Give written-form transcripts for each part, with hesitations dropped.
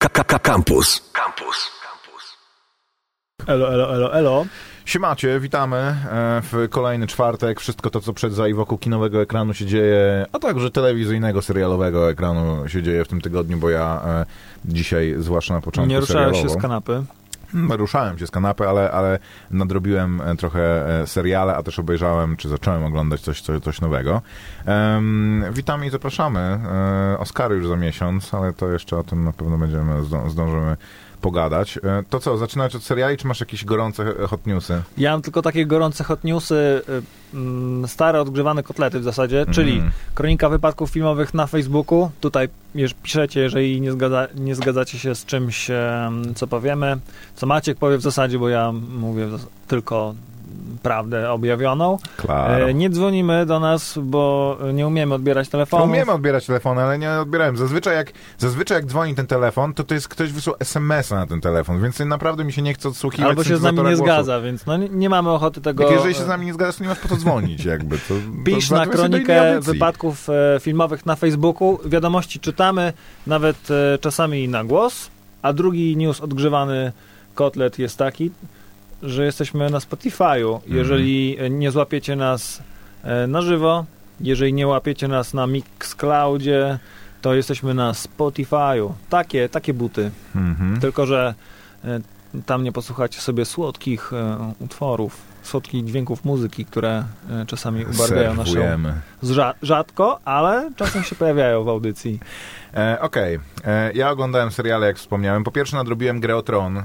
Campus. Elo. Siemacie, witamy w kolejny czwartek. Wszystko to, co przed, za i wokół kinowego ekranu się dzieje, a także telewizyjnego, serialowego ekranu się dzieje w tym tygodniu, bo ja dzisiaj, zwłaszcza na początku Nie ruszałem serialowo, się z kanapy. Ruszałem się z kanapy, ale nadrobiłem trochę seriale, a też obejrzałem, czy zacząłem oglądać coś nowego. Witamy i zapraszamy. Oscary już za miesiąc, ale to jeszcze o tym na pewno zdążymy pogadać. To co, zaczynać od seriali, czy masz jakieś gorące hot newsy? Ja mam tylko takie gorące hot newsy, stare odgrzewane kotlety w zasadzie, czyli kronika wypadków filmowych na Facebooku. Tutaj piszecie, jeżeli nie zgadzacie się z czymś, co powiemy, co Maciek powie w zasadzie, bo ja mówię tylko prawdę objawioną. Claro. Nie dzwonimy do nas, bo nie umiemy odbierać telefonu. Umiemy odbierać telefony, ale nie odbierałem. Zazwyczaj jak dzwoni ten telefon, to jest ktoś wysłał SMS-a na ten telefon, więc naprawdę mi się nie chce odsłuchiwać. Albo się z nami nie zgadza, więc nie mamy ochoty tego... Jeżeli się z nami nie zgadzasz, to nie masz po co dzwonić, jakby. Pisz na kronikę wypadków filmowych na Facebooku. Wiadomości czytamy, nawet czasami na głos, a drugi news odgrzewany kotlet jest taki, że jesteśmy na Spotify'u. Jeżeli nie złapiecie nas na żywo, jeżeli nie łapiecie nas na Mixcloudzie, to jesteśmy na Spotify'u. Takie buty. Tylko że tam nie posłuchacie sobie słodkich utworów, słodkich dźwięków muzyki, które czasami ubarwiają naszą... Rzadko, ale czasem się pojawiają w audycji. Okej. Ja oglądałem seriale, jak wspomniałem. Po pierwsze nadrobiłem Grę o Tron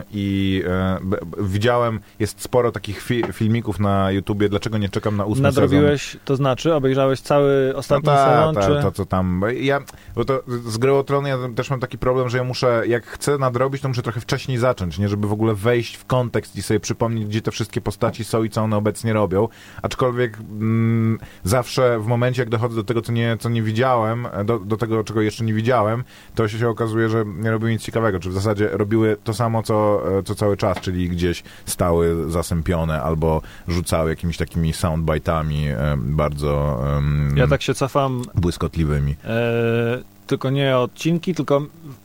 i widziałem, jest sporo takich filmików na YouTubie, dlaczego nie czekam na 8 Nadrobiłeś, sezon. to znaczy obejrzałeś cały ostatni sezon? Czy... To co tam. Bo to z Grą o Tron ja też mam taki problem, że ja muszę, jak chcę nadrobić, to muszę trochę wcześniej zacząć, nie? Żeby w ogóle wejść w kontekst i sobie przypomnieć, gdzie te wszystkie postaci są i co one obecnie robią. Aczkolwiek zawsze w momencie, jak dochodzę do tego, co nie widziałem, do tego, czego jeszcze nie widziałem, to się okazuje, że nie robiły nic ciekawego, czy w zasadzie robiły to samo, co cały czas, czyli gdzieś stały zasępione albo rzucały jakimiś takimi soundbite'ami bardzo ja tak się cofam błyskotliwymi. Tylko nie odcinki, tylko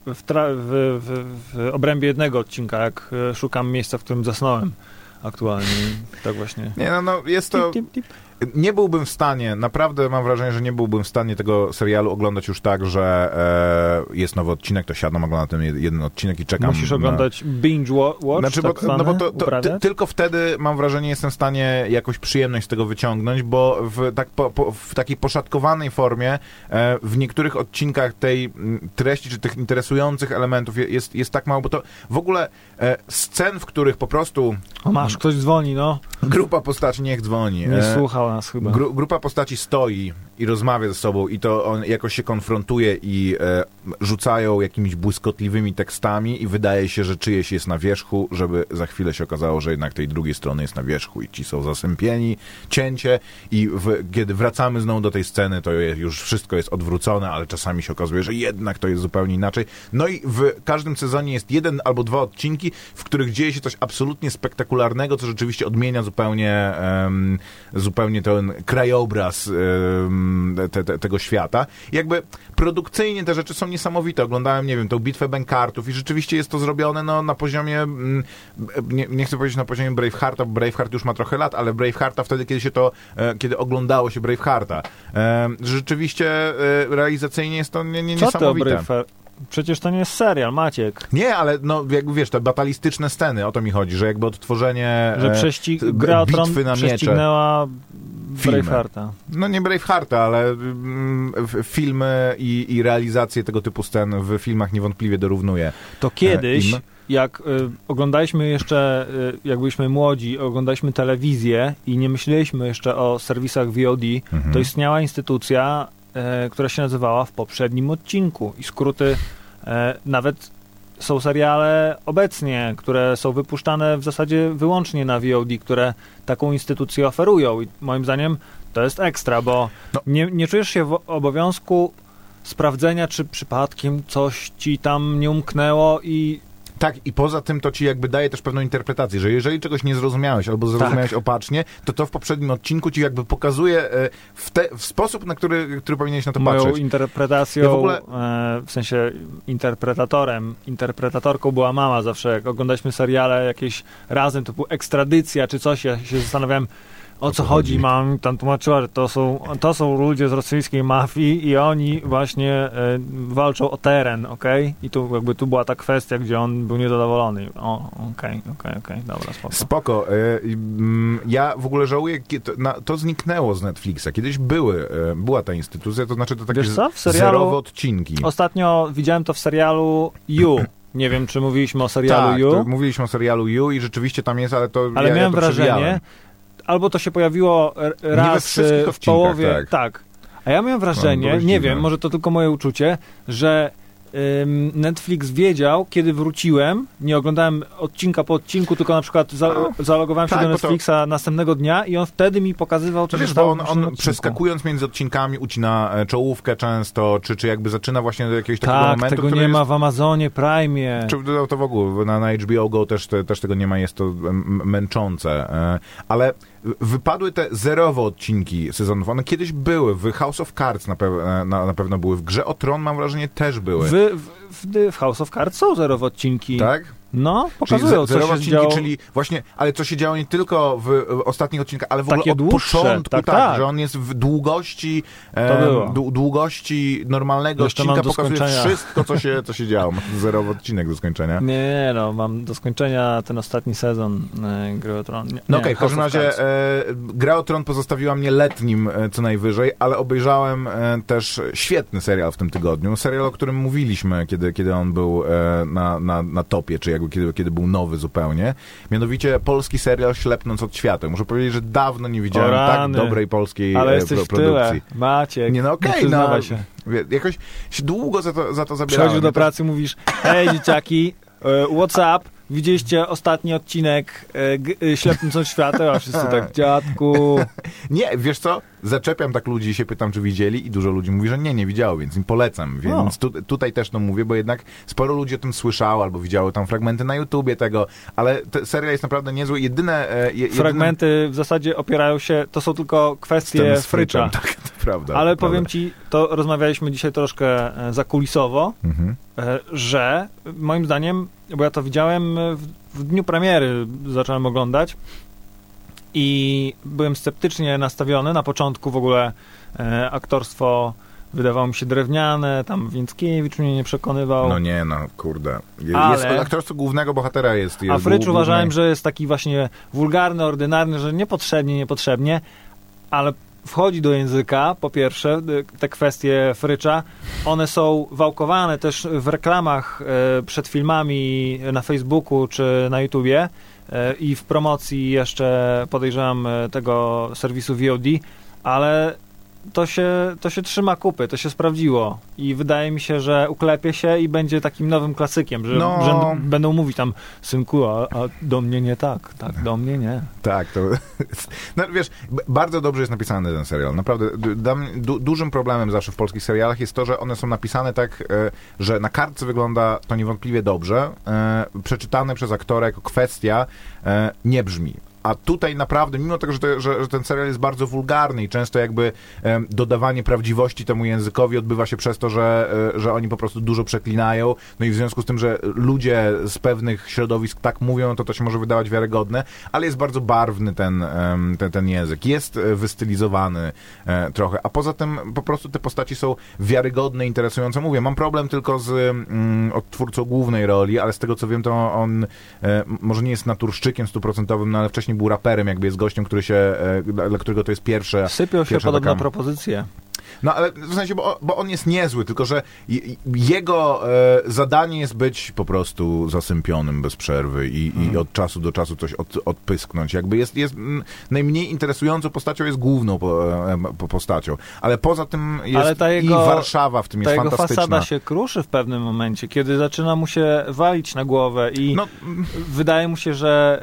w obrębie jednego odcinka, jak szukam miejsca, w którym zasnąłem aktualnie. Tak właśnie. Nie, jest to... Nie byłbym w stanie, naprawdę mam wrażenie, że nie byłbym w stanie tego serialu oglądać już tak, że jest nowy odcinek, to siadam, oglądam ten jeden odcinek i czekam. Musisz oglądać binge watch, znaczy, bo tylko wtedy mam wrażenie, jestem w stanie jakąś przyjemność z tego wyciągnąć, bo w takiej poszatkowanej formie w niektórych odcinkach tej treści, czy tych interesujących elementów jest tak mało, bo to w ogóle scen, w których po prostu... ktoś dzwoni, Grupa postaci niech dzwoni. Nie słuchał nas chyba. Grupa postaci stoi i rozmawia ze sobą i to on jakoś się konfrontuje i rzucają jakimiś błyskotliwymi tekstami i wydaje się, że czyjeś jest na wierzchu, żeby za chwilę się okazało, że jednak tej drugiej strony jest na wierzchu i ci są zasępieni, cięcie i kiedy wracamy znowu do tej sceny, to już wszystko jest odwrócone, ale czasami się okazuje, że jednak to jest zupełnie inaczej. No i w każdym sezonie jest 1 albo 2 odcinki, w których dzieje się coś absolutnie spektakularnego, co rzeczywiście odmienia zupełnie ten krajobraz tego świata. Jakby produkcyjnie te rzeczy są niesamowite. Oglądałem, nie wiem, tą bitwę Bękartów i rzeczywiście jest to zrobione na poziomie, nie chcę powiedzieć na poziomie Bravehearta, bo Braveheart już ma trochę lat, ale Bravehearta wtedy, kiedy oglądało się Bravehearta. Rzeczywiście realizacyjnie jest to niesamowite. Przecież to nie jest serial, Maciek. Nie, ale jak wiesz, te batalistyczne sceny, o to mi chodzi, że jakby odtworzenie Gra o Tron bitwy na miecze. Prześcignęła Bravehearta. No nie Bravehearta, ale filmy i realizacje tego typu scen w filmach niewątpliwie dorównuje. To kiedyś, jak oglądaliśmy jeszcze, jak byliśmy młodzi, oglądaliśmy telewizję i nie myśleliśmy jeszcze o serwisach VOD, to istniała instytucja, która się nazywała W poprzednim odcinku i skróty nawet są seriale obecnie, które są wypuszczane w zasadzie wyłącznie na VOD, które taką instytucję oferują i moim zdaniem to jest ekstra, bo nie czujesz się w obowiązku sprawdzenia, czy przypadkiem coś ci tam nie umknęło i Tak, i poza tym to ci jakby daje też pewną interpretację, że jeżeli czegoś nie zrozumiałeś albo zrozumiałeś opacznie, to w poprzednim odcinku ci jakby pokazuje w sposób, na który powinieneś na to patrzeć. Moją interpretacją, ja w ogóle... w sensie interpretatorką była mama zawsze, jak oglądaliśmy seriale jakieś razem, typu Ekstradycja czy coś, ja się zastanawiałem, o co chodzi? Mam tam tłumaczyła, że to są ludzie z rosyjskiej mafii i oni właśnie walczą o teren, okej? I tu była ta kwestia, gdzie on był niezadowolony. Okej, dobra, spoko. Ja w ogóle żałuję, to zniknęło z Netflixa. Kiedyś była ta instytucja, to znaczy to takie zerowe odcinki. Ostatnio widziałem to w serialu You. Nie wiem, czy mówiliśmy o serialu You. Tak, mówiliśmy o serialu You i rzeczywiście tam jest, ale miałem wrażenie, albo to się pojawiło raz w połowie. Tak. A ja miałem wrażenie, nie wiem, może to tylko moje uczucie, że Netflix wiedział, kiedy wróciłem, nie oglądałem odcinka po odcinku, tylko na przykład zalogowałem się do Netflixa następnego dnia i on wtedy mi pokazywał, co się stało. On przeskakując między odcinkami ucina czołówkę często, czy jakby zaczyna właśnie do jakiegoś takiego momentu, tego nie ma w Amazonie Prime. Czy to w ogóle na HBO Go też tego nie ma, jest to męczące. Ale wypadły te zerowe odcinki sezonów. One kiedyś były. W House of Cards na pewno były. W Grze o Tron mam wrażenie też były. W House of Cards są zerowe odcinki. Tak? No, pokazują, co się działo. Czyli właśnie, ale co się działo nie tylko w ostatnich odcinkach, ale w ogóle od początku, tak, że on jest w długości długości normalnego odcinka, pokazuje wszystko, co się działo. Ma zerowy odcinek do skończenia. Nie, mam do skończenia ten ostatni sezon Gry o Tron. Okej, w każdym razie Gra o Tron pozostawiła mnie letnim co najwyżej, ale obejrzałem też świetny serial w tym tygodniu. Serial, o którym mówiliśmy, kiedy on był na topie, czy kiedy był nowy zupełnie. Mianowicie polski serial Ślepnąc od świateł. Muszę powiedzieć, że dawno nie widziałem tak dobrej polskiej produkcji. Tyle. Maciek, się. Jakoś się długo za to zabierałem. Przychodzisz do pracy, mówisz, hej dzieciaki, what's up? Widzieliście ostatni odcinek Ślepnąc od świateł, a wszyscy tak, dziadku. Nie, wiesz co? Zaczepiam tak ludzi i się pytam, czy widzieli i dużo ludzi mówi, że nie widziało, więc im polecam. Więc tutaj też to mówię, bo jednak sporo ludzi o tym słyszało albo widziało tam fragmenty na YouTubie tego, ale serial jest naprawdę niezły. Fragmenty w zasadzie opierają się, to są tylko kwestie frycza. Tak, to prawda. Ale powiem ci, to rozmawialiśmy dzisiaj troszkę zakulisowo, że moim zdaniem, bo ja to widziałem w dniu premiery, zacząłem oglądać i byłem sceptycznie nastawiony. Na początku w ogóle aktorstwo wydawało mi się drewniane, tam Więckiewicz mnie nie przekonywał. Kurde. Aktorstwo głównego bohatera jest a Frycz uważałem, że jest taki właśnie wulgarny, ordynarny, że niepotrzebnie, ale wchodzi do języka, po pierwsze, te kwestie Frycza, one są wałkowane też w reklamach przed filmami na Facebooku czy na YouTubie i w promocji jeszcze, podejrzewam, tego serwisu VOD, ale to się trzyma kupy, to się sprawdziło i wydaje mi się, że uklepie się i będzie takim nowym klasykiem, że będą mówić tam, synku, a do mnie nie tak, do mnie nie. Tak, to wiesz, bardzo dobrze jest napisany ten serial, naprawdę. Dużym problemem zawsze w polskich serialach jest to, że one są napisane tak, że na kartce wygląda to niewątpliwie dobrze, przeczytane przez aktora jako kwestia nie brzmi. A tutaj naprawdę, mimo tego, że ten serial jest bardzo wulgarny i często jakby dodawanie prawdziwości temu językowi odbywa się przez to, że oni po prostu dużo przeklinają, no i w związku z tym, że ludzie z pewnych środowisk tak mówią, to się może wydawać wiarygodne, ale jest bardzo barwny ten język. Jest wystylizowany trochę, a poza tym po prostu te postaci są wiarygodne, interesujące. Mówię, mam problem tylko z odtwórcą głównej roli, ale z tego co wiem, to on może nie jest naturszczykiem 100%, no ale wcześniej był raperem, jakby jest gościem, dla którego to jest pierwsza. Sypią się podobne propozycje. No ale w sensie, bo on jest niezły, tylko że jego zadanie jest być po prostu zasępionym bez przerwy i od czasu do czasu coś odpysknąć. Jakby jest najmniej interesującą postacią, jest główną postacią. Ale poza tym jest i Warszawa w tym jest fantastyczna. Ta jego fasada się kruszy w pewnym momencie, kiedy zaczyna mu się walić na głowę i wydaje mu się, że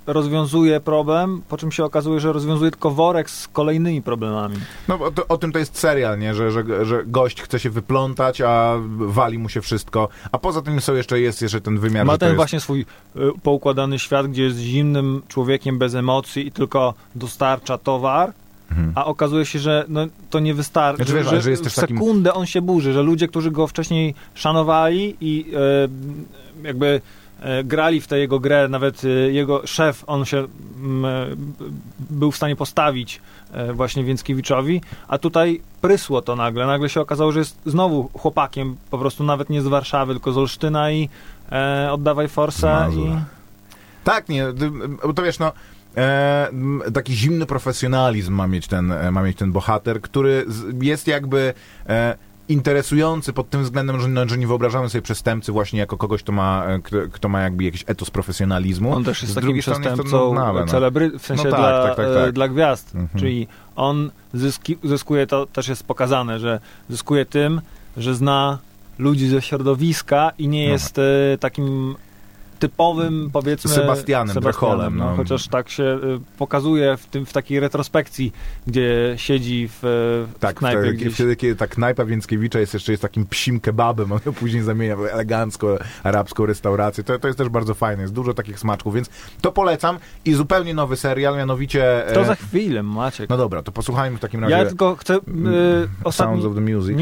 rozwiązuje problem, po czym się okazuje, że rozwiązuje tylko worek z kolejnymi problemami. No o tym to jest jest serial, nie? Że gość chce się wyplątać, a wali mu się wszystko, a poza tym jest jeszcze ten wymiar, ma ten właśnie swój poukładany świat, gdzie jest zimnym człowiekiem bez emocji i tylko dostarcza towar, a okazuje się, że to nie wystarczy, znaczy, że jest w sekundę on się burzy, że ludzie, którzy go wcześniej szanowali i jakby grali w tę jego grę, nawet jego szef, on się był w stanie postawić właśnie Więckiewiczowi, a tutaj prysło to nagle się okazało, że jest znowu chłopakiem, po prostu nawet nie z Warszawy, tylko z Olsztyna i oddawaj forsę i... Tak, nie, to wiesz, taki zimny profesjonalizm ma mieć ten bohater, który jest jakby interesujący pod tym względem, że nie wyobrażamy sobie przestępcy właśnie jako kogoś, kto ma jakby jakiś etos profesjonalizmu. On też jest takim przestępcą w sensie dla gwiazd, czyli on zyskuje, to też jest pokazane, że zyskuje tym, że zna ludzi ze środowiska i nie jest takim typowym, powiedzmy, Sebastianem Drecholem. Chociaż tak się pokazuje w takiej retrospekcji, gdzie siedzi w knajpie gdzieś. Wtedy, kiedy ta knajpa Więckiewicza jest takim psim kebabem, on ją później zamienia w elegancko arabską restaurację. To jest też bardzo fajne, jest dużo takich smaczków, więc to polecam i zupełnie nowy serial, mianowicie... To za chwilę, Maciek. No dobra, to posłuchajmy w takim razie... Ja tylko chcę... Sounds of the Music.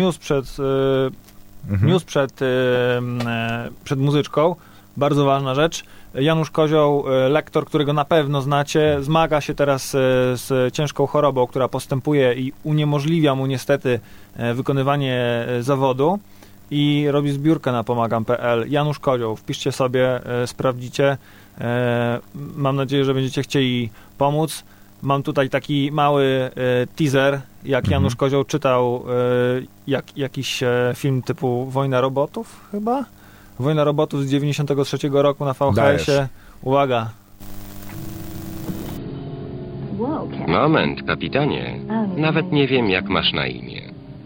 News przed muzyczką. Bardzo ważna rzecz. Janusz Kozioł, lektor, którego na pewno znacie, zmaga się teraz z ciężką chorobą, która postępuje i uniemożliwia mu niestety wykonywanie zawodu i robi zbiórkę na pomagam.pl. Janusz Kozioł, wpiszcie sobie, sprawdzicie. Mam nadzieję, że będziecie chcieli pomóc. Mam tutaj taki mały teaser, jak Janusz Kozioł czytał jakiś film typu Wojna robotów chyba? Wojna robotów z 93 roku na VHS-ie. Uwaga. Moment, kapitanie. Nawet nie wiem, jak masz na imię.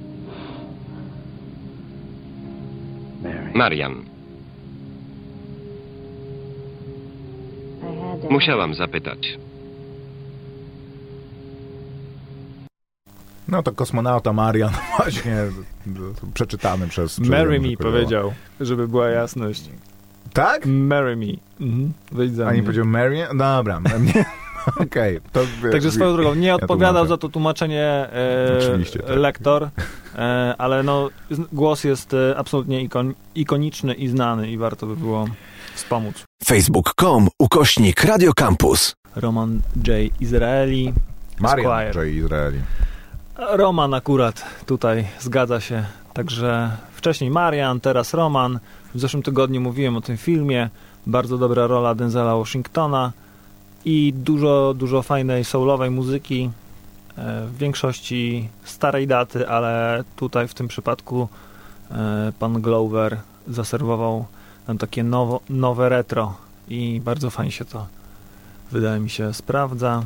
Marian. Musiałam zapytać. No to kosmonauta Marian właśnie przeczytany przez... Marry me powiedział, żeby była jasność. Tak? Marry me. Wyjdź za mnie. A nie powiedział Mary? Dobra. Okej. Także swoją drogą, nie odpowiadał za to tłumaczenie lektor, ale głos jest absolutnie ikoniczny i znany i warto by było wspomóc. Facebook.com/Radio Campus. Roman J. Izraeli. Marian J. Izraeli. Roman akurat tutaj zgadza się. Także wcześniej Marian, teraz Roman. W zeszłym tygodniu mówiłem o tym filmie. Bardzo dobra rola Denzela Washingtona i dużo fajnej soulowej muzyki. W większości starej daty, ale tutaj w tym przypadku pan Glover zaserwował nam takie nowe retro i bardzo fajnie się to, wydaje mi się, sprawdza.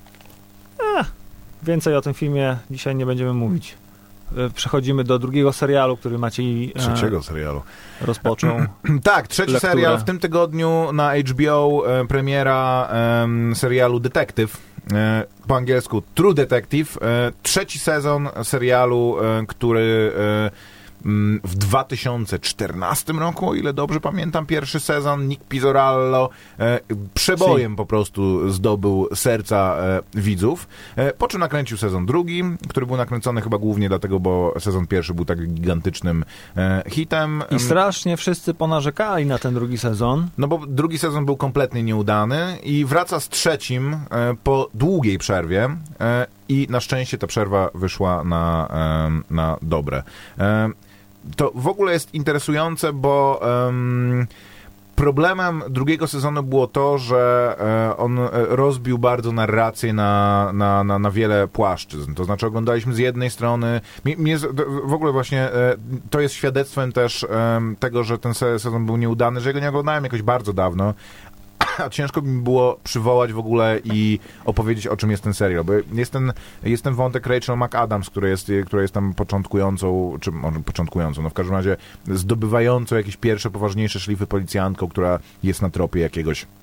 Więcej o tym filmie dzisiaj nie będziemy mówić. Przechodzimy do drugiego serialu, który Maciej trzeciego serialu rozpoczął. Tak, trzeci serial w tym tygodniu na HBO, premiera serialu Detective, po angielsku True Detective, trzeci sezon serialu, który w 2014 roku, o ile dobrze pamiętam, pierwszy sezon, Nick Pizzorallo przebojem po prostu zdobył serca widzów, po czym nakręcił sezon drugi, który był nakręcony chyba głównie dlatego, bo sezon pierwszy był tak gigantycznym hitem. I strasznie wszyscy ponarzekali na ten drugi sezon. No bo drugi sezon był kompletnie nieudany i wraca z trzecim po długiej przerwie i na szczęście ta przerwa wyszła na dobre. To w ogóle jest interesujące, bo problemem drugiego sezonu było to, że on rozbił bardzo narrację na wiele płaszczyzn. To znaczy oglądaliśmy z jednej strony... w ogóle właśnie to jest świadectwem też tego, że ten sezon był nieudany, że go nie oglądałem jakoś bardzo dawno, a ciężko mi było przywołać w ogóle i opowiedzieć, o czym jest ten serial, bo jest ten wątek Rachel McAdams, która jest tam początkującą, czy może początkującą, no w każdym razie zdobywającą jakieś pierwsze, poważniejsze szlify policjantką, która jest na tropie jakiegoś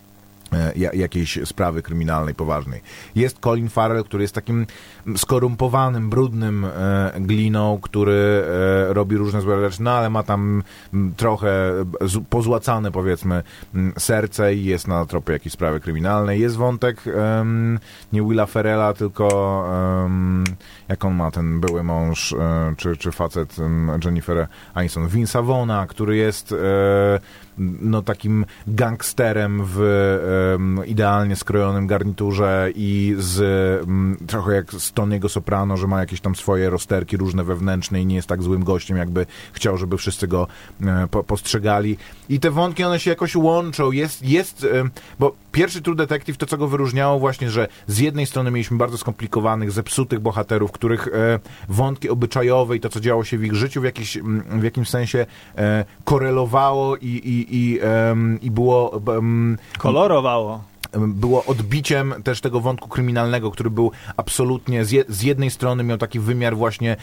jakiejś sprawy kryminalnej poważnej. Jest Colin Farrell, który jest takim skorumpowanym, brudnym gliną, który robi różne złe rzeczy, no ale ma tam trochę pozłacane, powiedzmy, serce i jest na tropie jakiejś sprawy kryminalnej. Jest wątek nie Willa Ferrella, tylko jak on ma, ten były mąż, czy facet Jennifer Aniston, Vince'a Vaughna, który jest no takim gangsterem w idealnie skrojonym garniturze i trochę jak z Tony'ego Soprano, że ma jakieś tam swoje rozterki różne wewnętrzne i nie jest tak złym gościem, jakby chciał, żeby wszyscy go postrzegali. I te wątki, one się jakoś łączą. Bo pierwszy True Detective, to co go wyróżniało właśnie, że z jednej strony mieliśmy bardzo skomplikowanych, zepsutych bohaterów, których wątki obyczajowe i to, co działo się w ich życiu w jakimś sensie korelowało i było... kolorowało. Było odbiciem też tego wątku kryminalnego, który był absolutnie, z jednej strony miał taki wymiar właśnie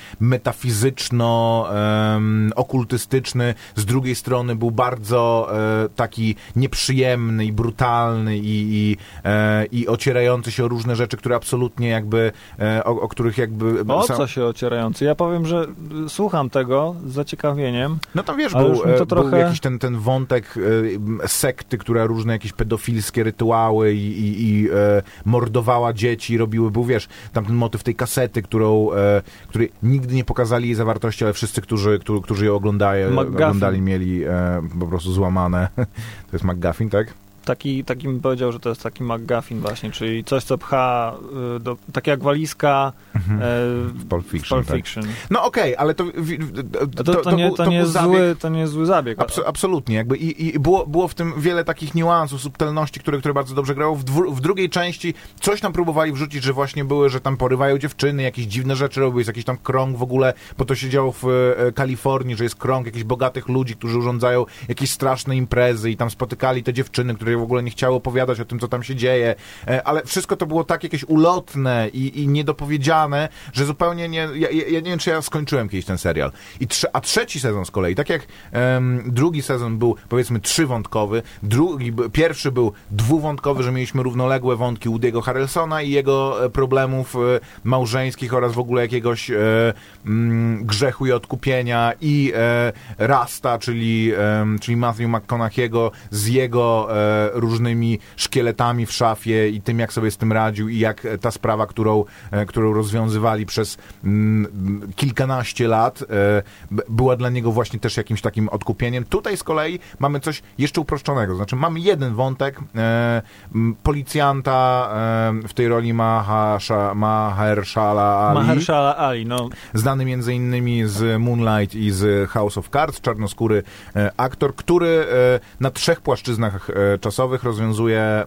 metafizyczno-okultystyczny, z drugiej strony był bardzo taki nieprzyjemny i brutalny i ocierający się o różne rzeczy, które absolutnie jakby, o których jakby... Co się ocierający? Ja powiem, że słucham tego z zaciekawieniem. No tam wiesz, był jakiś ten wątek sekty, która różne jakieś pedofilskie rytuały i mordowała dzieci, był, wiesz, tam ten motyw tej kasety, której nigdy nie pokazali jej zawartości, ale wszyscy, którzy ją oglądali, mieli po prostu złamane. To jest McGuffin, tak? Taki bym powiedział, że to jest taki McGuffin właśnie, czyli coś, co pcha, tak jak walizka w Pulp Fiction. Tak. No okej, ale to nie jest zły zabieg. Absolutnie. Jakby i było w tym wiele takich niuansów, subtelności, które bardzo dobrze grało. W drugiej części coś tam próbowali wrzucić, że właśnie były, że tam porywają dziewczyny, jakieś dziwne rzeczy robią, jest jakiś tam krąg w ogóle, bo to się działo w Kalifornii, że jest krąg jakichś bogatych ludzi, którzy urządzają jakieś straszne imprezy i tam spotykali te dziewczyny, które w ogóle nie chciały opowiadać o tym, co tam się dzieje, ale wszystko to było tak jakieś ulotne i niedopowiedziane, że zupełnie ja nie wiem, czy ja skończyłem kiedyś ten serial. A trzeci sezon z kolei, tak jak drugi sezon był, powiedzmy, trzywątkowy, pierwszy był dwuwątkowy, że mieliśmy równoległe wątki Woody'ego Harrelsona i jego problemów małżeńskich oraz w ogóle jakiegoś grzechu i odkupienia i Rasta, czyli Matthew McConaughey'ego z jego różnymi szkieletami w szafie i tym, jak sobie z tym radził i jak ta sprawa, którą rozwiązywali przez kilkanaście lat, była dla niego właśnie też jakimś takim odkupieniem. Tutaj z kolei mamy coś jeszcze uproszczonego, znaczy mamy jeden wątek, policjanta w tej roli Mahershala Ali, no. Znany między innymi z Moonlight i z House of Cards, czarnoskóry aktor, który na 3 płaszczyznach czasowych rozwiązuje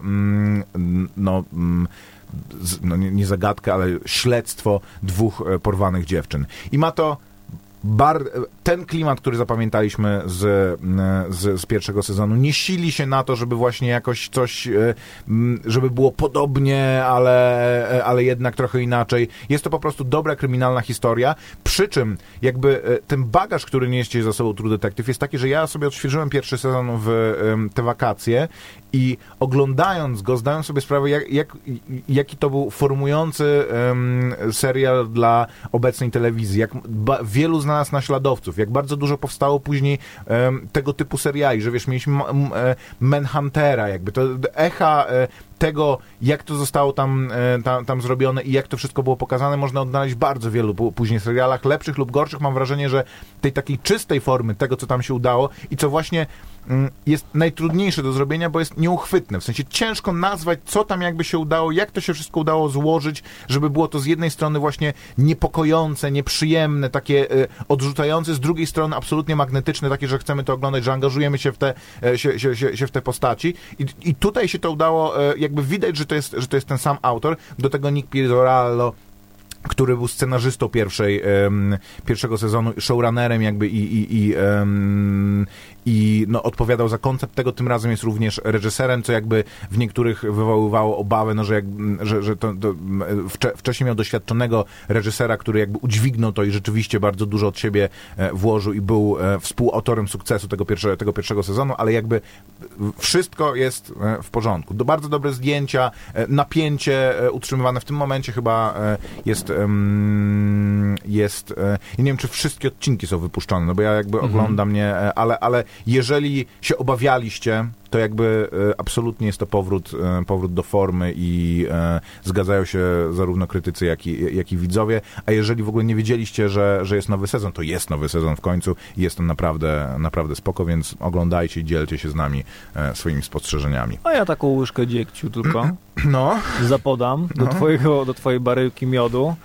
nie zagadkę, ale śledztwo 2 porwanych dziewczyn. I ma to ten klimat, który zapamiętaliśmy z pierwszego sezonu, nie sili się na to, żeby właśnie jakoś coś, żeby było podobnie, ale jednak trochę inaczej. Jest to po prostu dobra kryminalna historia, przy czym jakby ten bagaż, który niesie za sobą True Detective, jest taki, że ja sobie odświeżyłem pierwszy sezon w te wakacje i oglądając go, zdałem sobie sprawę, jaki to był formujący serial dla obecnej telewizji, jak wielu z nas naśladowców, jak bardzo dużo powstało później tego typu seriali, że wiesz, mieliśmy Manhuntera, jakby to echa tego, jak to zostało tam zrobione i jak to wszystko było pokazane, można odnaleźć bardzo wielu później serialach, lepszych lub gorszych. Mam wrażenie, że tej takiej czystej formy tego, co tam się udało i co właśnie jest najtrudniejsze do zrobienia, bo jest nieuchwytne. W sensie ciężko nazwać, co tam jakby się udało, jak to się wszystko udało złożyć, żeby było to z jednej strony właśnie niepokojące, nieprzyjemne, takie odrzucające, z drugiej strony absolutnie magnetyczne, takie, że chcemy to oglądać, że angażujemy się w te postaci. I tutaj się to udało, jakby widać, że to jest ten sam autor. Do tego Nick Pizzolatto który był scenarzystą pierwszego sezonu, showrunnerem jakby i no, odpowiadał za koncept tego, tym razem jest również reżyserem, co jakby w niektórych wywoływało obawę, no, że wcześniej miał doświadczonego reżysera, który jakby udźwignął to i rzeczywiście bardzo dużo od siebie włożył i był współautorem sukcesu tego pierwszego sezonu, ale jakby wszystko jest w porządku. Bardzo dobre zdjęcia, napięcie utrzymywane w tym momencie chyba jest ja nie wiem, czy wszystkie odcinki są wypuszczone, no bo ja jakby oglądam, nie, ale jeżeli się obawialiście, to jakby absolutnie jest to powrót do formy i zgadzają się zarówno krytycy, jak i widzowie, a jeżeli w ogóle nie wiedzieliście, że jest nowy sezon, to jest nowy sezon w końcu i jest on naprawdę spoko, więc oglądajcie i dzielcie się z nami swoimi spostrzeżeniami. A ja taką łyżkę dziegciu tylko no. zapodam do twojej baryłki miodu,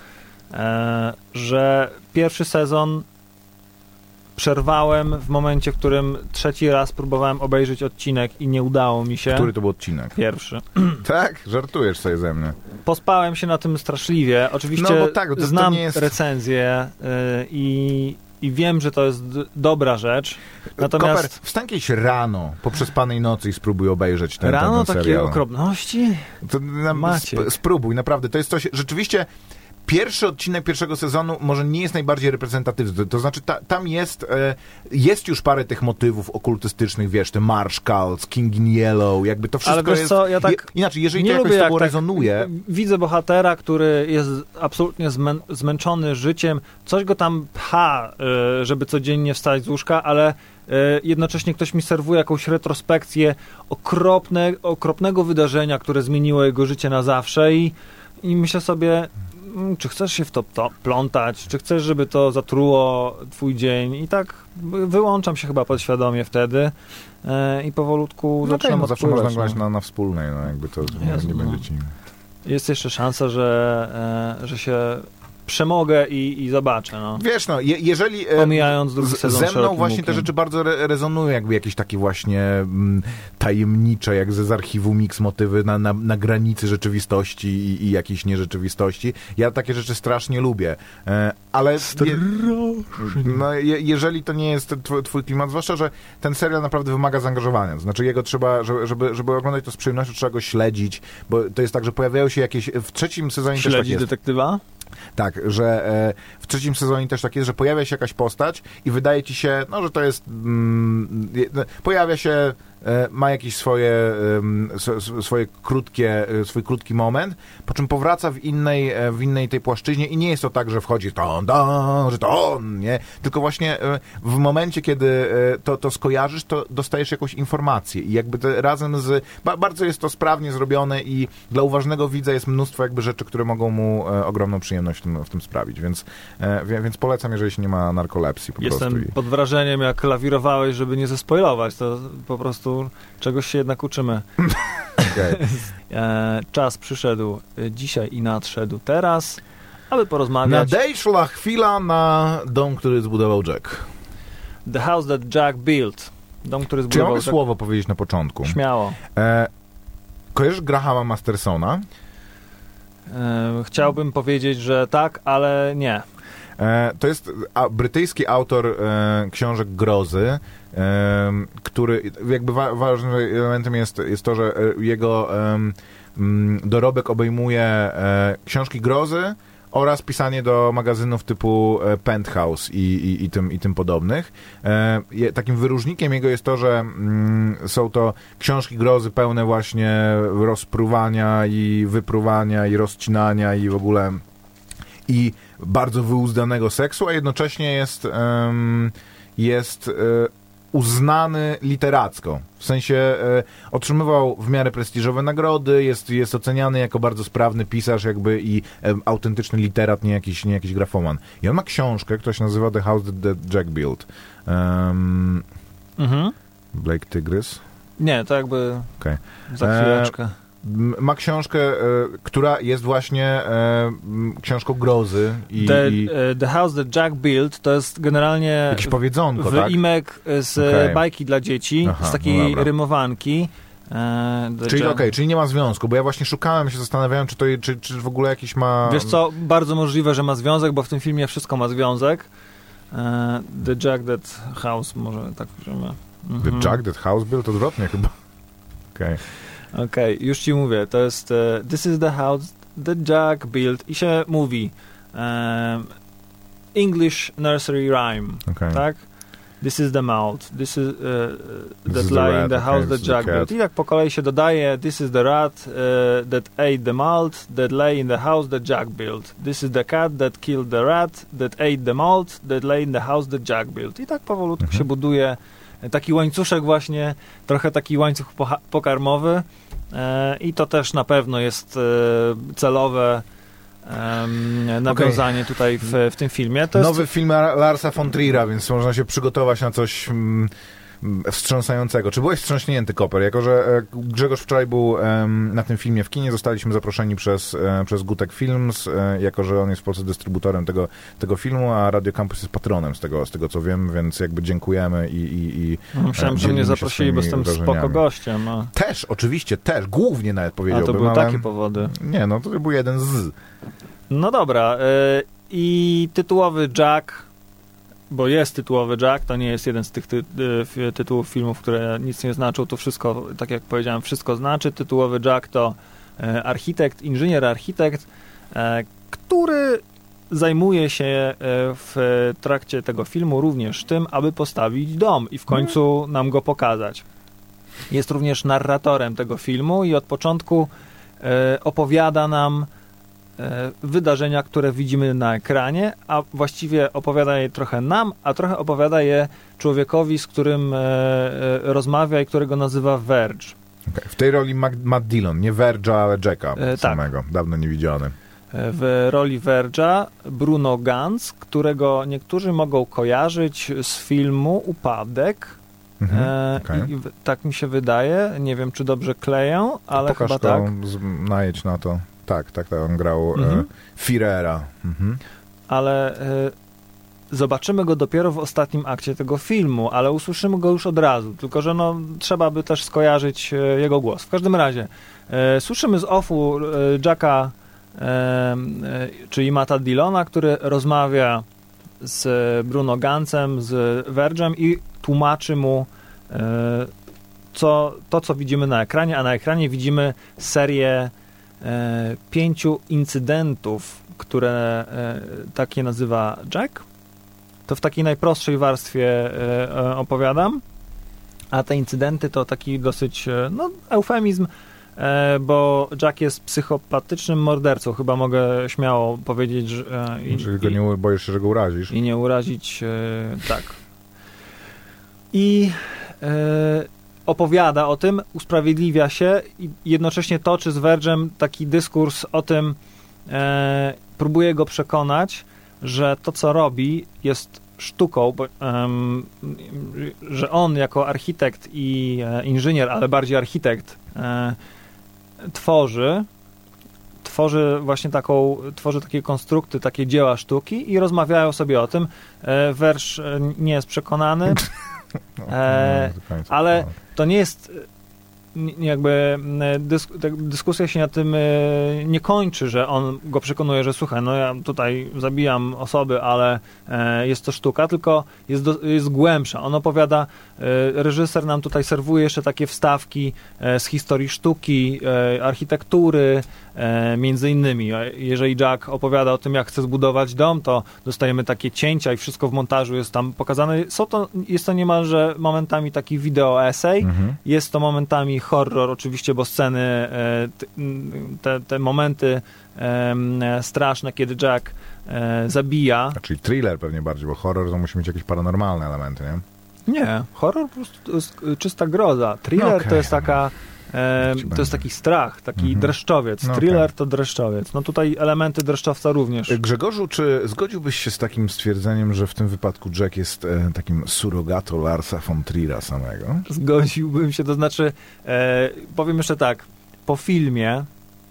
że pierwszy sezon przerwałem w momencie, w którym trzeci raz próbowałem obejrzeć odcinek i nie udało mi się. Który to był odcinek? Pierwszy. Tak? Żartujesz sobie ze mnie. Pospałem się na tym straszliwie. Oczywiście no, bo tak, to znam nie jest... recenzję i wiem, że to jest dobra rzecz. Natomiast... Koper, wstań kiedyś rano po przespanej nocy i spróbuj obejrzeć ten serial. Takie okropności? Spróbuj, naprawdę. To jest coś, rzeczywiście pierwszy odcinek pierwszego sezonu może nie jest najbardziej reprezentatywny. To znaczy tam jest już parę tych motywów okultystycznych, wiesz, te Marsh Cults, King in Yellow, jakby to wszystko ale wiesz jest... co, ja tak inaczej, jeżeli to jakoś z tobą rezonuje... Widzę bohatera, który jest absolutnie zmęczony życiem, coś go tam pcha, żeby codziennie wstać z łóżka, ale jednocześnie ktoś mi serwuje jakąś retrospekcję okropnego wydarzenia, które zmieniło jego życie na zawsze i myślę sobie, czy chcesz się w to plątać, czy chcesz, żeby to zatruło twój dzień i tak wyłączam się chyba podświadomie wtedy i powolutku zaczynam zawsze można grać na wspólnej, no jakby to nie będzie ci... Jest jeszcze szansa, że się przemogę i zobaczę, no. Wiesz, no, jeżeli... Pomijając drugi sezon ze mną właśnie te rzeczy bardzo rezonują, jakby jakieś takie właśnie tajemnicze, jak z archiwum Mix motywy na granicy rzeczywistości i jakiejś nierzeczywistości. Ja takie rzeczy strasznie lubię. Ale... jeżeli to nie jest twój klimat, zwłaszcza, że ten serial naprawdę wymaga zaangażowania. Znaczy jego trzeba, żeby oglądać to z przyjemnością, trzeba go śledzić, bo to jest tak, że pojawiają się jakieś... W trzecim sezonie też tak jest. Detektywa? Tak, że w trzecim sezonie też tak jest, że pojawia się jakaś postać i wydaje ci się, no, że to jest... pojawia się, ma jakieś swój krótki moment, po czym powraca w innej tej płaszczyźnie i nie jest to tak, że wchodzi że to on, nie? Tylko właśnie w momencie, kiedy to skojarzysz, to dostajesz jakąś informację i jakby razem bardzo jest to sprawnie zrobione i dla uważnego widza jest mnóstwo jakby rzeczy, które mogą mu ogromną przyjemność w tym sprawić, więc polecam, jeżeli się nie ma narkolepsji po prostu. Jestem pod wrażeniem, jak lawirowałeś, żeby nie zespoilować, to po prostu czegoś się jednak uczymy. Okay. Czas przyszedł dzisiaj i nadszedł teraz, aby porozmawiać. Nadeszła chwila na dom, który zbudował Jack. The house that Jack built. Dom, który zbudował. Czy ja mogę słowo powiedzieć na początku? Śmiało. Kojarzysz Grahama Mastersona? Chciałbym powiedzieć, że tak, ale nie. To jest brytyjski autor książek grozy, który jakby ważnym elementem jest to, że jego dorobek obejmuje książki grozy oraz pisanie do magazynów typu Penthouse i tym podobnych. Takim wyróżnikiem jego jest to, że są to książki grozy pełne właśnie rozpruwania i wypruwania i rozcinania i w ogóle i bardzo wyuzdanego seksu, a jednocześnie jest uznany literacko. W sensie otrzymywał w miarę prestiżowe nagrody, jest oceniany jako bardzo sprawny pisarz jakby i autentyczny literat, nie jakiś grafoman. I on ma książkę, która się nazywa The House That Jack Built. Blake Tygrys? Nie, to jakby okay. Za chwileczkę. Ma książkę, która jest właśnie książką grozy. The House That Jack Built to jest generalnie jakieś powiedzonko, wyimek z bajki dla dzieci, z takiej rymowanki. Czyli nie ma związku, bo ja właśnie szukałem, się zastanawiałem, czy w ogóle jakiś ma... Wiesz co, bardzo możliwe, że ma związek, bo w tym filmie wszystko ma związek. The Jack That House, może tak mówimy. The Jack That House Built? Odwrotnie chyba. Okej, już ci mówię, to jest This is the house that Jack built i się mówi English nursery rhyme, tak? This is the malt, this is that lay in the house that Jack built. I tak po kolei się dodaje This is the rat that ate the malt that lay in the house that Jack built. This is the cat that killed the rat that ate the malt that lay in the house that Jack built. I tak powolutku się buduje taki łańcuszek właśnie, trochę taki łańcuch pokarmowy i to też na pewno jest celowe nawiązanie tutaj w tym filmie. To Nowy film Larsa von Trier'a, więc można się przygotować na coś wstrząsającego. Czy byłeś wstrząśnięty, Koper? Jako że Grzegorz wczoraj był na tym filmie w kinie, zostaliśmy zaproszeni przez Gutek Films, jako że on jest w Polsce dystrybutorem tego filmu, a Radio Campus jest patronem z tego co wiem, więc jakby dziękujemy i myślałem, że mnie zaprosili, bo jestem spoko gościem. Też, oczywiście, też. Głównie nawet powiedziałbym. A to były takie powody. Nie, no to był jeden z... No dobra. I tytułowy Jack, bo jest tytułowy Jack, to nie jest jeden z tych tytułów filmów, które nic nie znaczą, to wszystko, tak jak powiedziałem, wszystko znaczy. Tytułowy Jack to inżynier-architekt, który zajmuje się w trakcie tego filmu również tym, aby postawić dom i w końcu nam go pokazać. Jest również narratorem tego filmu i od początku opowiada nam wydarzenia, które widzimy na ekranie, a właściwie opowiada je trochę nam, a trochę opowiada je człowiekowi, z którym rozmawia i którego nazywa Verge. W tej roli Matt Dillon, nie Verge'a, ale Jacka samego, tak. Dawno nie widziany. W roli Verge'a Bruno Ganz, którego niektórzy mogą kojarzyć z filmu Upadek. Tak mi się wydaje. Nie wiem, czy dobrze kleję, ale pokaż chyba to, tak. Najedź na to. Tak, on grał Führera. Ale zobaczymy go dopiero w ostatnim akcie tego filmu, ale usłyszymy go już od razu, tylko że trzeba by też skojarzyć jego głos. W każdym razie słyszymy z offu Jacka, czyli Matta Dillona, który rozmawia z Bruno Gansem, z Verge'em i tłumaczy mu co widzimy na ekranie, a na ekranie widzimy serię 5 incydentów, które takie nazywa Jack. To w takiej najprostszej warstwie opowiadam, a te incydenty to taki dosyć eufemizm, bo Jack jest psychopatycznym mordercą, chyba mogę śmiało powiedzieć, że... Czyli go nie boisz się, że go urazisz. I nie urazić, tak. I opowiada o tym, usprawiedliwia się i jednocześnie toczy z Verge'em taki dyskurs o tym, próbuje go przekonać, że to, co robi, jest sztuką, że on jako architekt i inżynier, ale bardziej architekt, tworzy takie konstrukty, takie dzieła sztuki i rozmawiają sobie o tym. Verge nie jest przekonany, ale to nie jest jakby dyskusja się na tym nie kończy, że on go przekonuje, że słuchaj, ja tutaj zabijam osoby, ale jest to sztuka, tylko jest głębsza. On opowiada, reżyser nam tutaj serwuje jeszcze takie wstawki z historii sztuki, architektury, między innymi. Jeżeli Jack opowiada o tym, jak chce zbudować dom, to dostajemy takie cięcia i wszystko w montażu jest tam pokazane. Jest to niemalże momentami taki wideo essay, jest to momentami horror oczywiście, bo sceny, te momenty straszne, kiedy Jack zabija. Czyli thriller pewnie bardziej, bo horror to musi mieć jakieś paranormalne elementy, nie? Nie, horror po prostu to jest czysta groza. Thriller to jest taka to jest taki strach, taki dreszczowiec. Thriller to dreszczowiec. Tutaj elementy dreszczowca również. Grzegorzu, czy zgodziłbyś się z takim stwierdzeniem, że w tym wypadku Jack jest takim surrogato Larsa von Trier'a samego? Zgodziłbym się, to znaczy powiem jeszcze tak, po filmie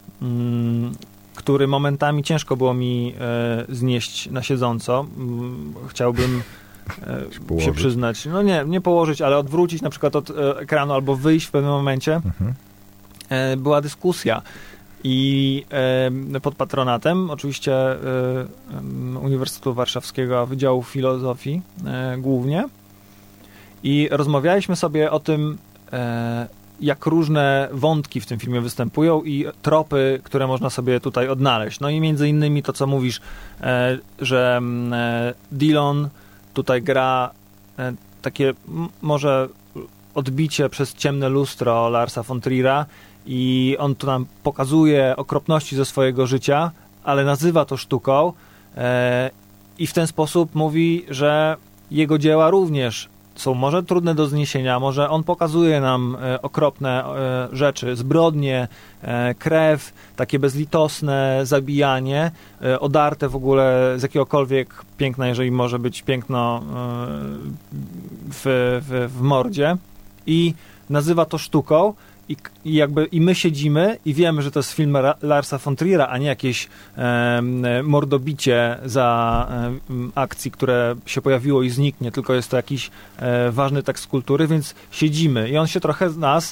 który momentami ciężko było mi znieść na siedząco, chciałbym się przyznać. No nie położyć, ale odwrócić na przykład od ekranu albo wyjść w pewnym momencie. Była dyskusja i pod patronatem oczywiście Uniwersytetu Warszawskiego Wydziału Filozofii głównie i rozmawialiśmy sobie o tym, jak różne wątki w tym filmie występują i tropy, które można sobie tutaj odnaleźć. No i między innymi to, co mówisz, że Dillon tutaj gra takie może odbicie przez ciemne lustro Larsa von Trier'a i on tu nam pokazuje okropności ze swojego życia, ale nazywa to sztuką i w ten sposób mówi, że jego dzieła również są może trudne do zniesienia, może on pokazuje nam okropne rzeczy, zbrodnie, krew, takie bezlitosne zabijanie, odarte w ogóle z jakiegokolwiek piękna, jeżeli może być piękno w mordzie i nazywa to sztuką i my siedzimy i wiemy, że to jest film Larsa von Trier'a, a nie jakieś mordobicie za akcji, które się pojawiło i zniknie, tylko jest to jakiś ważny tekst kultury, więc siedzimy i on się trochę z nas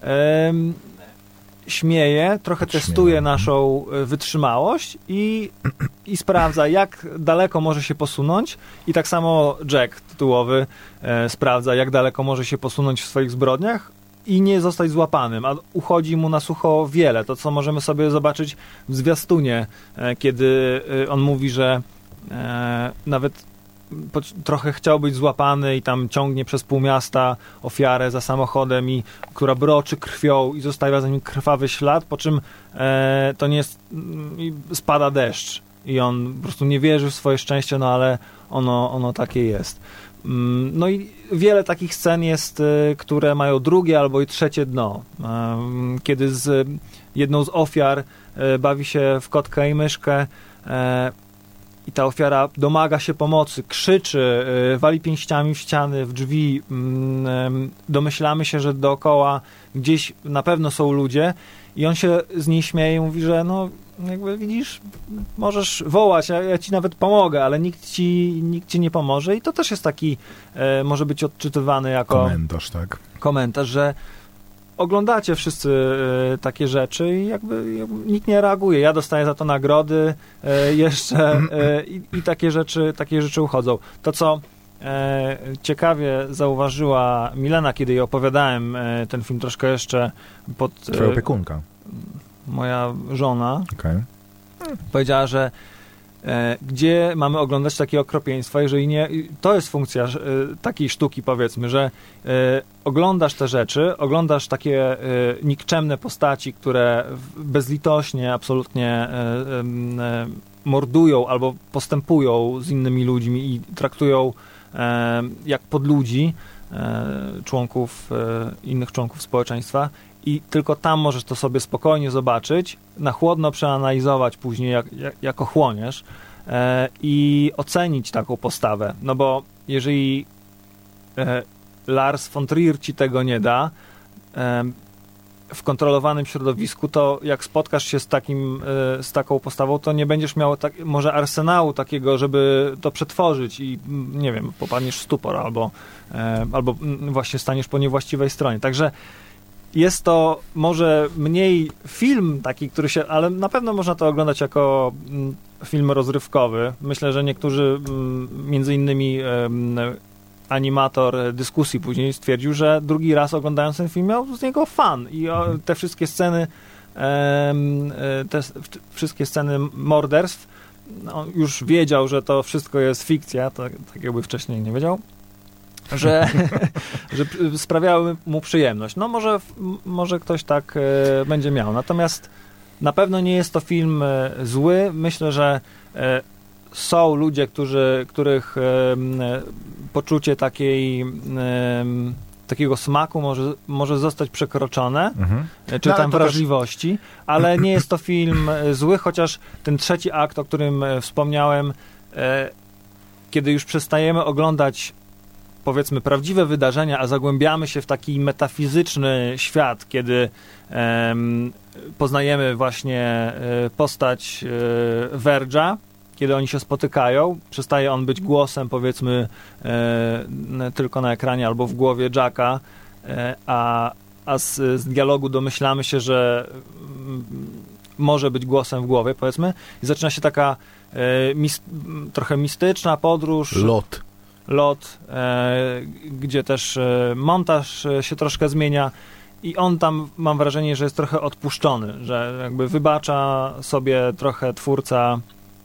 śmieje, trochę testuje naszą wytrzymałość i sprawdza, jak daleko może się posunąć i tak samo Jack tytułowy sprawdza, jak daleko może się posunąć w swoich zbrodniach i nie zostać złapanym, a uchodzi mu na sucho wiele. To, co możemy sobie zobaczyć w zwiastunie, kiedy on mówi, że nawet trochę chciał być złapany i tam ciągnie przez pół miasta ofiarę za samochodem, która broczy krwią i zostawia za nim krwawy ślad, po czym to nie jest, spada deszcz i on po prostu nie wierzy w swoje szczęście, no ale ono takie jest. No i wiele takich scen jest, które mają drugie albo i trzecie dno. Kiedy z jedną z ofiar bawi się w kotka i myszkę i ta ofiara domaga się pomocy, krzyczy, wali pięściami w ściany, w drzwi. Domyślamy się, że dookoła gdzieś na pewno są ludzie i on się z niej śmieje i mówi, że no jakby widzisz, możesz wołać, ja ci nawet pomogę, ale nikt ci nie pomoże i to też jest taki, może być odczytywany jako komentarz, że oglądacie wszyscy takie rzeczy i jakby nikt nie reaguje. Ja dostaję za to nagrody jeszcze i takie rzeczy uchodzą. To, co ciekawie zauważyła Milena, kiedy jej opowiadałem ten film troszkę jeszcze Twoja opiekunka. Moja żona powiedziała, że gdzie mamy oglądać takie okropieństwa, jeżeli nie... To jest funkcja takiej sztuki, powiedzmy, że oglądasz te rzeczy, oglądasz takie nikczemne postaci, które bezlitośnie, absolutnie mordują albo postępują z innymi ludźmi i traktują jak podludzi innych członków społeczeństwa i tylko tam możesz to sobie spokojnie zobaczyć, na chłodno przeanalizować później, jak ochłoniesz i ocenić taką postawę. No bo jeżeli Lars von Trier ci tego nie da w kontrolowanym środowisku, to jak spotkasz się z taką postawą, to nie będziesz miał może arsenału takiego, żeby to przetworzyć i nie wiem, popadniesz w stupor albo właśnie staniesz po niewłaściwej stronie. Także jest to może mniej film taki, ale na pewno można to oglądać jako film rozrywkowy. Myślę, że niektórzy, między innymi animator dyskusji później stwierdził, że drugi raz oglądając ten film miał z niego fan i te wszystkie sceny morderstw, już wiedział, że to wszystko jest fikcja, tak jakby wcześniej nie wiedział, że sprawiały mu przyjemność. No może ktoś tak będzie miał. Natomiast na pewno nie jest to film zły. Myślę, że są ludzie, których poczucie takiego smaku może zostać przekroczone, czy tam wrażliwości, ale nie jest to film zły, chociaż ten trzeci akt, o którym wspomniałem, kiedy już przestajemy oglądać powiedzmy prawdziwe wydarzenia, a zagłębiamy się w taki metafizyczny świat, kiedy poznajemy właśnie postać Verge'a kiedy oni się spotykają, przestaje on być głosem, powiedzmy, tylko na ekranie albo w głowie Jacka, a z dialogu domyślamy się, że może być głosem w głowie, powiedzmy, i zaczyna się taka trochę mistyczna podróż. Lot, gdzie też montaż się troszkę zmienia i on tam, mam wrażenie, że jest trochę odpuszczony, że jakby wybacza sobie trochę twórca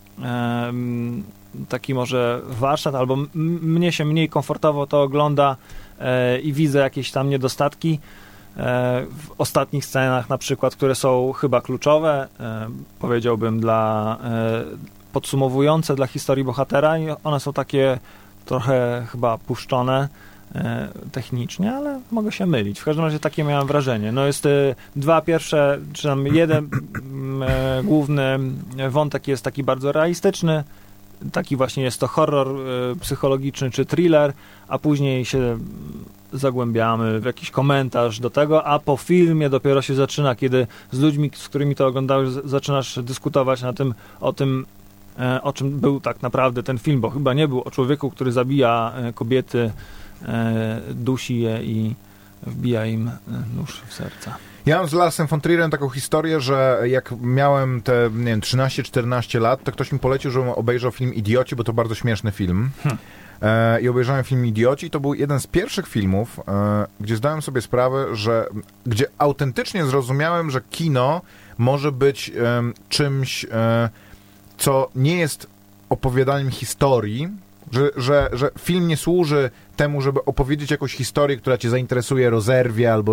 taki może warsztat, albo mnie się mniej komfortowo to ogląda i widzę jakieś tam niedostatki w ostatnich scenach na przykład, które są chyba kluczowe, powiedziałbym podsumowujące dla historii bohatera i one są takie trochę chyba puszczone technicznie, ale mogę się mylić. W każdym razie takie miałem wrażenie. No jest dwa pierwsze, czy tam jeden główny wątek jest taki bardzo realistyczny, taki właśnie jest to horror psychologiczny czy thriller, a później się zagłębiamy w jakiś komentarz do tego, a po filmie dopiero się zaczyna, kiedy z ludźmi, z którymi to oglądałeś, zaczynasz dyskutować o tym, o czym był tak naprawdę ten film, bo chyba nie był o człowieku, który zabija kobiety, dusi je i wbija im nóż w serca. Ja mam z Larsem von Trierem taką historię, że jak miałem te, nie wiem, 13-14 lat, to ktoś mi polecił, żebym obejrzał film Idioci, bo to bardzo śmieszny film. I obejrzałem film Idioci i to był jeden z pierwszych filmów, gdzie zdałem sobie sprawę, gdzie autentycznie zrozumiałem, że kino może być czymś, co nie jest opowiadaniem historii, że film nie służy temu, żeby opowiedzieć jakąś historię, która cię zainteresuje, rozerwie albo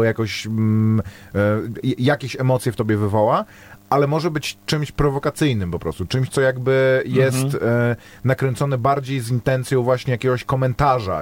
jakieś emocje w tobie wywoła, ale może być czymś prowokacyjnym po prostu, czymś, co jakby jest nakręcone bardziej z intencją właśnie jakiegoś komentarza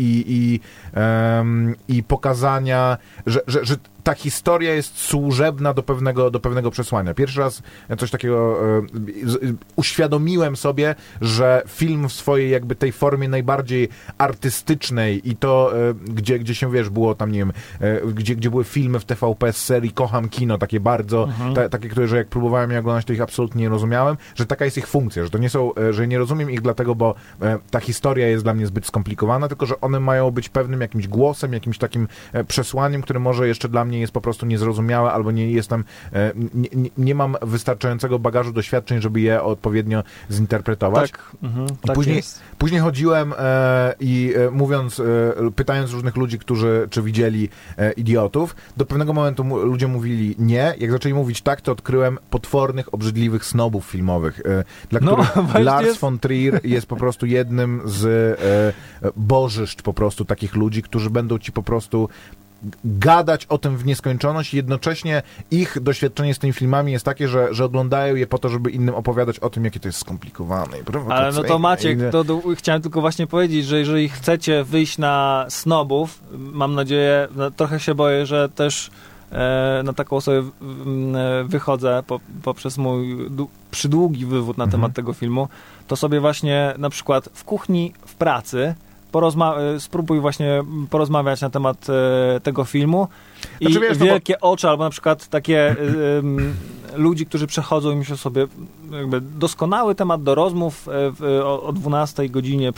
i pokazania, że ta historia jest służebna do pewnego przesłania. Pierwszy raz coś takiego uświadomiłem sobie, że film w swojej jakby tej formie najbardziej artystycznej i to, gdzie się, wiesz, było tam, nie wiem, gdzie były filmy w TVP z serii Kocham Kino, takie bardzo, takie, które, że jak próbowałem je oglądać, to ich absolutnie nie rozumiałem, że taka jest ich funkcja, że to nie są, że nie rozumiem ich dlatego, bo ta historia jest dla mnie zbyt skomplikowana, tylko że one mają być pewnym jakimś głosem, jakimś takim przesłaniem, które może jeszcze dla mnie jest po prostu niezrozumiałe, albo nie jestem, nie mam wystarczającego bagażu doświadczeń, żeby je odpowiednio zinterpretować. Tak, Później chodziłem i pytając różnych ludzi, czy widzieli Idiotów, do pewnego momentu ludzie mówili nie. Jak zaczęli mówić tak, to odkryłem potwornych, obrzydliwych snobów filmowych, dla których Lars von Trier jest po prostu jednym z bożyszcz po prostu takich ludzi, którzy będą ci po prostu gadać o tym w nieskończoność i jednocześnie ich doświadczenie z tymi filmami jest takie, że oglądają je po to, żeby innym opowiadać o tym, jakie to jest skomplikowane i prowokacyjne. Ale no to Maciek, chciałem tylko właśnie powiedzieć, że jeżeli chcecie wyjść na snobów, mam nadzieję, trochę się boję, że też na taką sobie wychodzę poprzez mój przydługi wywód na temat tego filmu, to sobie właśnie na przykład w kuchni, w pracy spróbuj właśnie porozmawiać na temat tego filmu i wielkie oczy, albo na przykład takie ludzi, którzy przechodzą i myślą sobie jakby doskonały temat do rozmów o 12 godzinie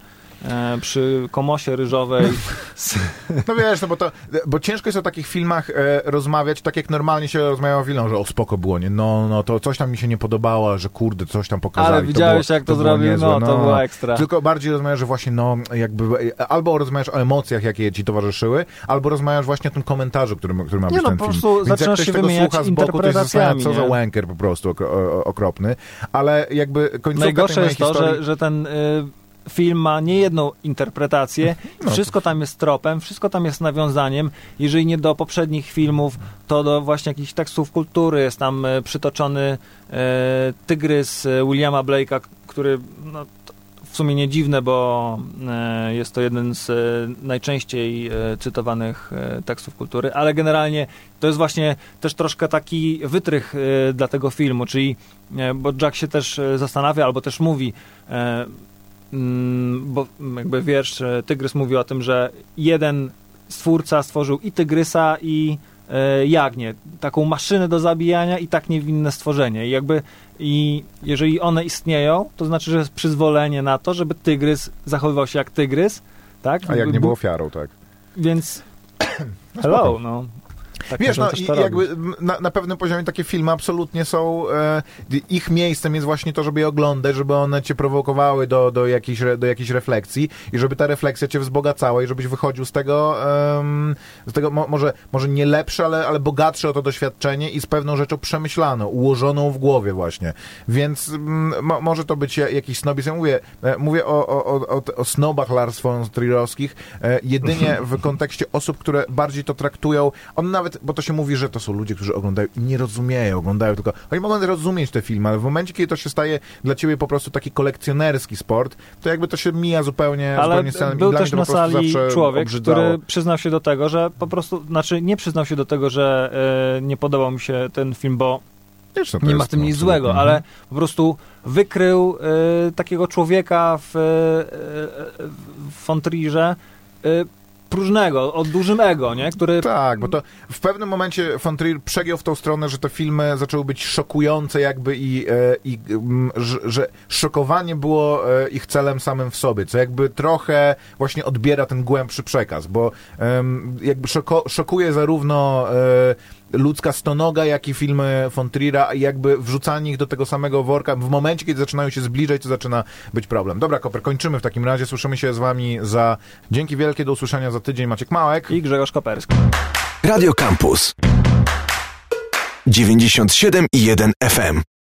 przy komosie ryżowej. No wiesz, no bo ciężko jest o takich filmach rozmawiać, tak jak normalnie się rozmawia o filmach, że spoko było, nie? No to coś tam mi się nie podobało, że kurde, coś tam pokazali. Ale widziałeś, jak to zrobił, niezłe, to było ekstra. Tylko bardziej rozmawiasz, że właśnie, albo rozmawiasz o emocjach, jakie ci towarzyszyły, albo rozmawiasz właśnie o tym komentarzu, który ma być ten film. Po prostu zaczynasz się wymieniać interpretacjami. Co za łęker po prostu okropny, ale jakby końcówka najgorsze jest historii... że ten film ma nie jedną interpretację, wszystko tam jest tropem, wszystko tam jest nawiązaniem, jeżeli nie do poprzednich filmów, to do właśnie jakichś tekstów kultury, jest tam przytoczony Tygrys Williama Blake'a, który w sumie nie dziwne, bo jest to jeden z najczęściej cytowanych tekstów kultury, ale generalnie to jest właśnie też troszkę taki wytrych dla tego filmu, czyli, bo Jack się też zastanawia, albo też mówi, bo jakby wiersz Tygrys mówi o tym, że jeden stwórca stworzył i Tygrysa, i jagnię, taką maszynę do zabijania i tak niewinne stworzenie. I jeżeli one istnieją, to znaczy, że jest przyzwolenie na to, żeby tygrys zachowywał się jak tygrys, tak? A jak nie był ofiarą, tak. Więc hello, no. Tak. Wiesz, no i jakby na pewnym poziomie takie filmy absolutnie są, ich miejscem jest właśnie to, żeby je oglądać, żeby one cię prowokowały do jakiejś refleksji i żeby ta refleksja cię wzbogacała i żebyś wychodził z tego może nie lepsze, ale bogatsze o to doświadczenie i z pewną rzeczą przemyślaną, ułożoną w głowie właśnie. Więc może to być jakiś snobizm. Mówię o snobach Lars von Trierowskich jedynie w kontekście osób, które bardziej to traktują. On nawet, bo to się mówi, że to są ludzie, którzy oglądają i nie rozumieją, oglądają tylko. Oni mogą rozumieć te filmy, ale w momencie, kiedy to się staje dla ciebie po prostu taki kolekcjonerski sport, to jakby to się mija zupełnie z celem. Był też na sali człowiek, który przyznał się do tego, że po prostu, nie przyznał się do tego, że nie podobał mi się ten film, bo nie ma w tym nic złego, ale po prostu wykrył takiego człowieka w von Trierze, próżnego, o dużym ego, nie? Który... Tak, bo to w pewnym momencie von Trier przegiął w tą stronę, że te filmy zaczęły być szokujące jakby że szokowanie było ich celem samym w sobie, co jakby trochę właśnie odbiera ten głębszy przekaz, bo jakby szokuje zarówno ludzka stonoga, jak i filmy von Triera i jakby wrzucanie ich do tego samego worka w momencie, kiedy zaczynają się zbliżać, to zaczyna być problem. Dobra, Koper, kończymy w takim razie. Słyszymy się z wami dzięki wielkie, do usłyszenia za tydzień. Maciek Małek i Grzegorz Koperski. Radio Campus 97,1 FM.